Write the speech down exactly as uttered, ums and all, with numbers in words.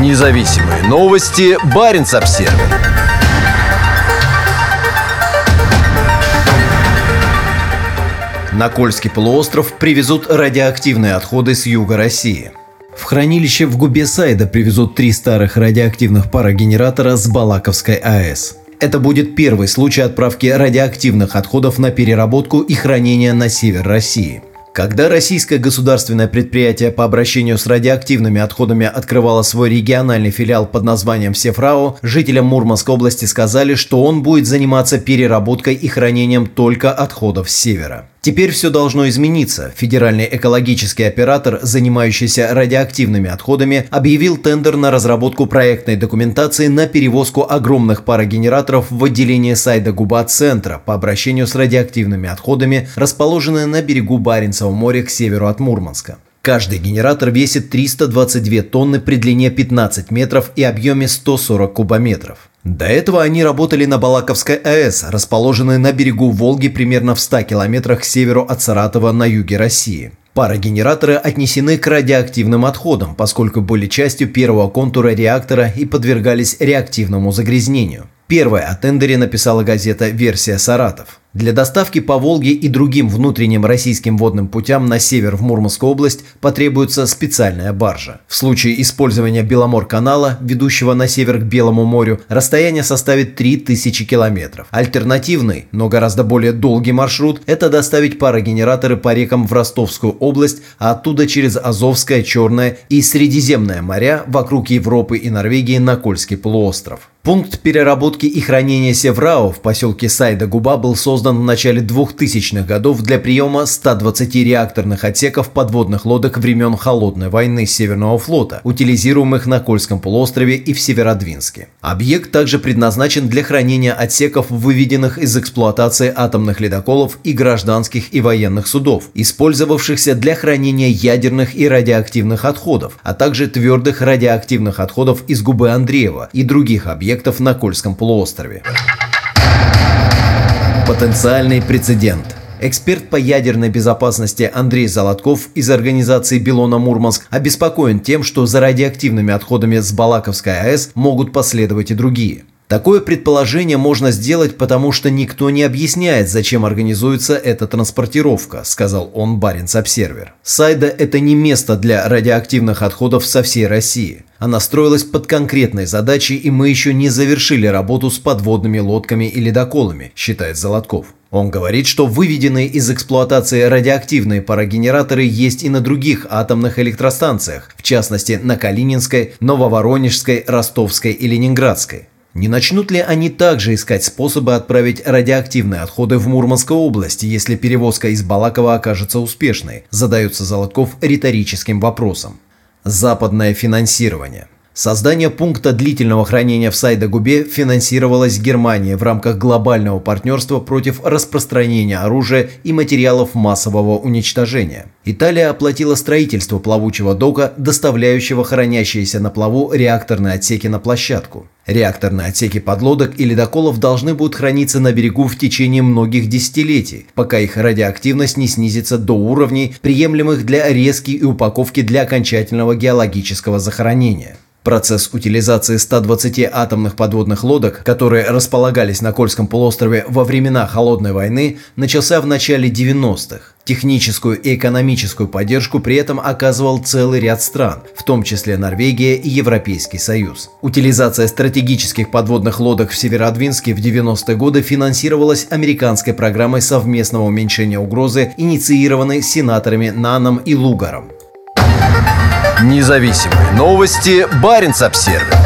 Независимые новости. Баренц-Обсервер. На Кольский полуостров привезут радиоактивные отходы с юга России. В хранилище в губе Сайда привезут три старых радиоактивных парогенератора с Балаковской АЭС. Это будет первый случай отправки радиоактивных отходов на переработку и хранение на север России. Когда российское государственное предприятие по обращению с радиоактивными отходами открывало свой региональный филиал под названием Севрао, жителям Мурманской области сказали, что он будет заниматься переработкой и хранением только отходов с севера. Теперь все должно измениться. Федеральный экологический оператор, занимающийся радиоактивными отходами, объявил тендер на разработку проектной документации на перевозку огромных парогенераторов в отделение Сайда-Губа-центра по обращению с радиоактивными отходами, расположенное на берегу Баренцева моря к северу от Мурманска. Каждый генератор весит триста двадцать две тонны при длине пятнадцать метров и объеме сто сорок кубометров. До этого они работали на Балаковской АЭС, расположенной на берегу Волги примерно в ста километрах к северу от Саратова на юге России. Парогенераторы отнесены к радиоактивным отходам, поскольку были частью первого контура реактора и подвергались реактивному загрязнению. Первая о тендере написала газета «Версия Саратов». Для доставки по Волге и другим внутренним российским водным путям на север в Мурманскую область потребуется специальная баржа. В случае использования Беломор-канала, ведущего на север к Белому морю, расстояние составит три тысячи километров. Альтернативный, но гораздо более долгий маршрут – это доставить парогенераторы по рекам в Ростовскую область, а оттуда через Азовское, Черное и Средиземное моря вокруг Европы и Норвегии на Кольский полуостров. Пункт переработки и хранения Севрао в поселке Сайда-Губа был создан в начале двухтысячных годов для приема ста двадцати реакторных отсеков подводных лодок времен Холодной войны Северного флота, утилизируемых на Кольском полуострове и в Северодвинске. Объект также предназначен для хранения отсеков, выведенных из эксплуатации атомных ледоколов и гражданских и военных судов, использовавшихся для хранения ядерных и радиоактивных отходов, а также твердых радиоактивных отходов из Губы Андреева и других объектов на Кольском полуострове. Потенциальный прецедент. Эксперт по ядерной безопасности Андрей Золотков из организации «Белона Мурманск» обеспокоен тем, что за радиоактивными отходами с Балаковской АЭС могут последовать и другие. Такое предположение можно сделать, потому что никто не объясняет, зачем организуется эта транспортировка, сказал он Баренц-Обсервер. Сайда – это не место для радиоактивных отходов со всей России. Она строилась под конкретной задачей, и мы еще не завершили работу с подводными лодками и ледоколами, считает Золотков. Он говорит, что выведенные из эксплуатации радиоактивные парогенераторы есть и на других атомных электростанциях, в частности на Калининской, Нововоронежской, Ростовской и Ленинградской. Не начнут ли они также искать способы отправить радиоактивные отходы в Мурманской области, если перевозка из Балакова окажется успешной, задается Золотков риторическим вопросом. Западное финансирование. Создание пункта длительного хранения в Сайда-Губе финансировалось Германией в рамках глобального партнерства против распространения оружия и материалов массового уничтожения. Италия оплатила строительство плавучего дока, доставляющего хранящиеся на плаву реакторные отсеки на площадку. Реакторные отсеки подлодок и ледоколов должны будут храниться на берегу в течение многих десятилетий, пока их радиоактивность не снизится до уровней, приемлемых для резки и упаковки для окончательного геологического захоронения. Процесс утилизации ста двадцати атомных подводных лодок, которые располагались на Кольском полуострове во времена Холодной войны, начался в начале девяностых. Техническую и экономическую поддержку при этом оказывал целый ряд стран, в том числе Норвегия и Европейский Союз. Утилизация стратегических подводных лодок в Северодвинске в девяностые годы финансировалась американской программой совместного уменьшения угрозы, инициированной сенаторами Наном и Лугаром. Независимые новости. Баренц-Обсервер.